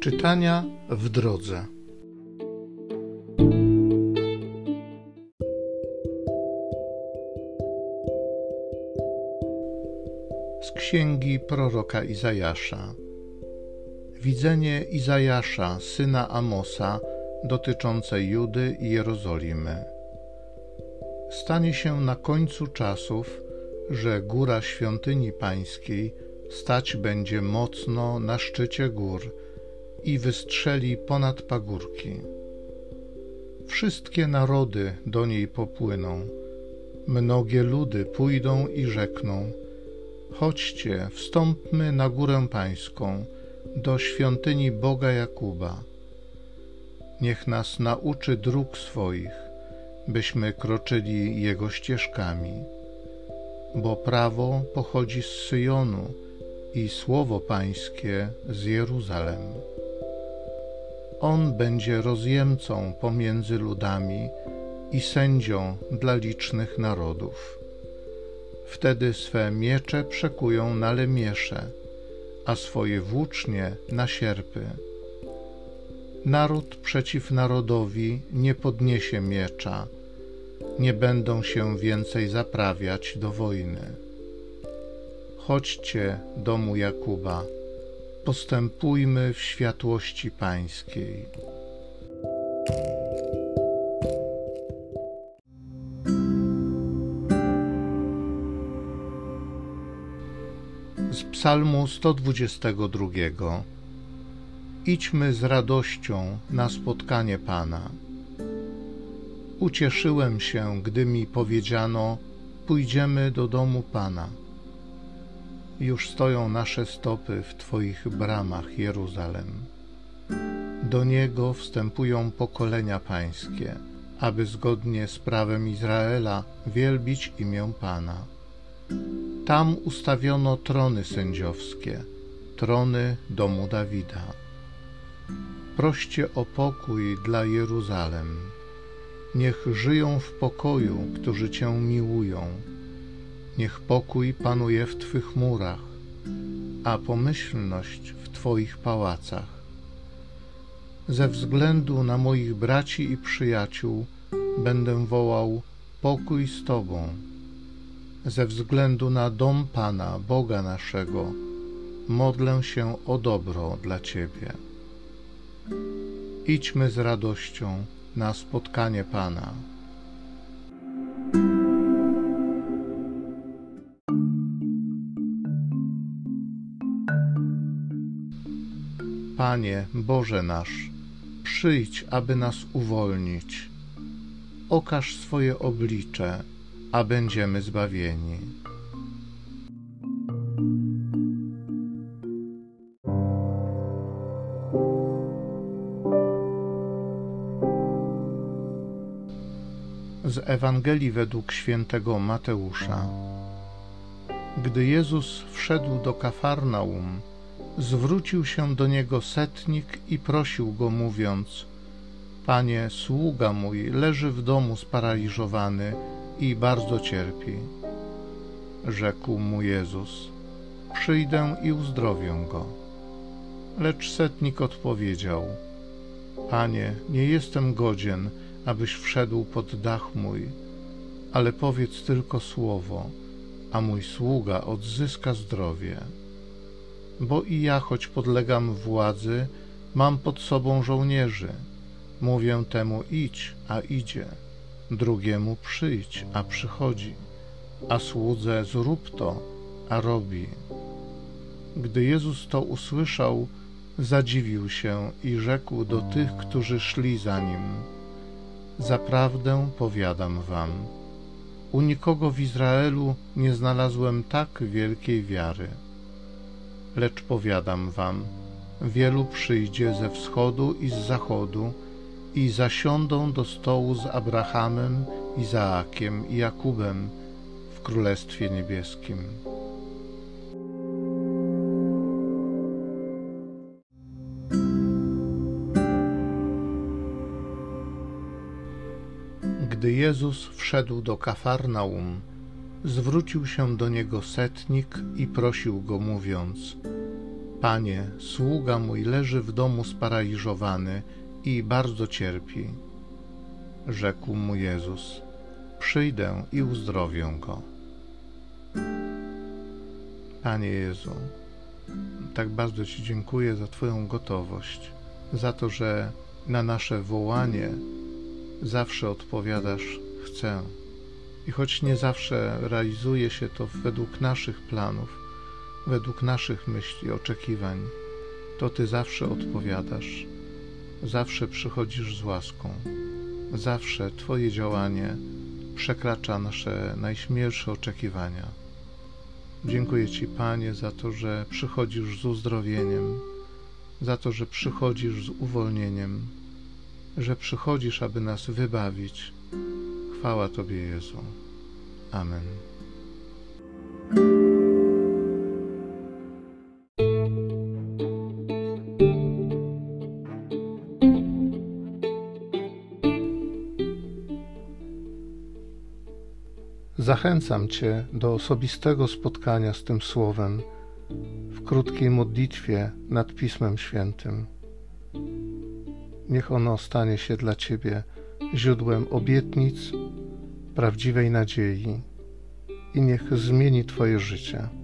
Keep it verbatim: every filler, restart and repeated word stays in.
Czytania w drodze. Z księgi proroka Izajasza. Widzenie Izajasza, syna Amosa, dotyczące Judy i Jerozolimy. Stanie się na końcu czasów, że góra świątyni pańskiej stać będzie mocno na szczycie gór i wystrzeli ponad pagórki. Wszystkie narody do niej popłyną, mnogie ludy pójdą i rzekną: chodźcie, wstąpmy na górę pańską, do świątyni Boga Jakuba. Niech nas nauczy dróg swoich, byśmy kroczyli Jego ścieżkami. Bo prawo pochodzi z Syjonu i słowo pańskie z Jeruzalem. On będzie rozjemcą pomiędzy ludami i sędzią dla licznych narodów. Wtedy swe miecze przekują na lemiesze, a swoje włócznie na sierpy. Naród przeciw narodowi nie podniesie miecza, nie będą się więcej zaprawiać do wojny. Chodźcie, domu Jakuba, postępujmy w światłości pańskiej. Z psalmu sto dwudziestego drugiego. Idźmy z radością na spotkanie Pana. Ucieszyłem się, gdy mi powiedziano: pójdziemy do domu Pana. Już stoją nasze stopy w Twoich bramach, Jeruzalem. Do Niego wstępują pokolenia pańskie, aby zgodnie z prawem Izraela wielbić imię Pana. Tam ustawiono trony sędziowskie, trony domu Dawida. Proście o pokój dla Jeruzalem. Niech żyją w pokoju, którzy Cię miłują. Niech pokój panuje w Twych murach, a pomyślność w Twoich pałacach. Ze względu na moich braci i przyjaciół będę wołał: pokój z Tobą. Ze względu na dom Pana, Boga naszego, modlę się o dobro dla Ciebie. Idźmy z radością na spotkanie Pana. Panie, Boże nasz, przyjdź, aby nas uwolnić. Okaż swoje oblicze, a będziemy zbawieni. Z Ewangelii według świętego Mateusza. Gdy Jezus wszedł do Kafarnaum, zwrócił się do Niego setnik i prosił Go, mówiąc: Panie, sługa mój leży w domu sparaliżowany i bardzo cierpi. Rzekł mu Jezus: przyjdę i uzdrowię go. Lecz setnik odpowiedział: Panie, nie jestem godzien, abyś wszedł pod dach mój, ale powiedz tylko słowo, a mój sługa odzyska zdrowie. Bo i ja, choć podlegam władzy, mam pod sobą żołnierzy. Mówię temu: idź, a idzie, drugiemu: przyjdź, a przychodzi, a słudze: zrób to, a robi. Gdy Jezus to usłyszał, zadziwił się i rzekł do tych, którzy szli za Nim: zaprawdę powiadam wam, u nikogo w Izraelu nie znalazłem tak wielkiej wiary. Lecz powiadam wam, wielu przyjdzie ze wschodu i z zachodu i zasiądą do stołu z Abrahamem, Izaakiem i Jakubem w Królestwie Niebieskim. Gdy Jezus wszedł do Kafarnaum, zwrócił się do Niego setnik i prosił Go, mówiąc: Panie, sługa mój leży w domu sparaliżowany i bardzo cierpi. Rzekł mu Jezus: przyjdę i uzdrowię go. Panie Jezu, tak bardzo Ci dziękuję za Twoją gotowość, za to, że na nasze wołanie zawsze odpowiadasz: chcę. I choć nie zawsze realizuje się to według naszych planów, według naszych myśli, oczekiwań, to Ty zawsze odpowiadasz, zawsze przychodzisz z łaską, zawsze Twoje działanie przekracza nasze najśmielsze oczekiwania. Dziękuję Ci, Panie, za to, że przychodzisz z uzdrowieniem, za to, że przychodzisz z uwolnieniem, że przychodzisz, aby nas wybawić. Chwała Tobie, Jezu. Amen. Zachęcam Cię do osobistego spotkania z tym Słowem w krótkiej modlitwie nad Pismem Świętym. Niech ono stanie się dla Ciebie źródłem obietnic, prawdziwej nadziei i niech zmieni Twoje życie.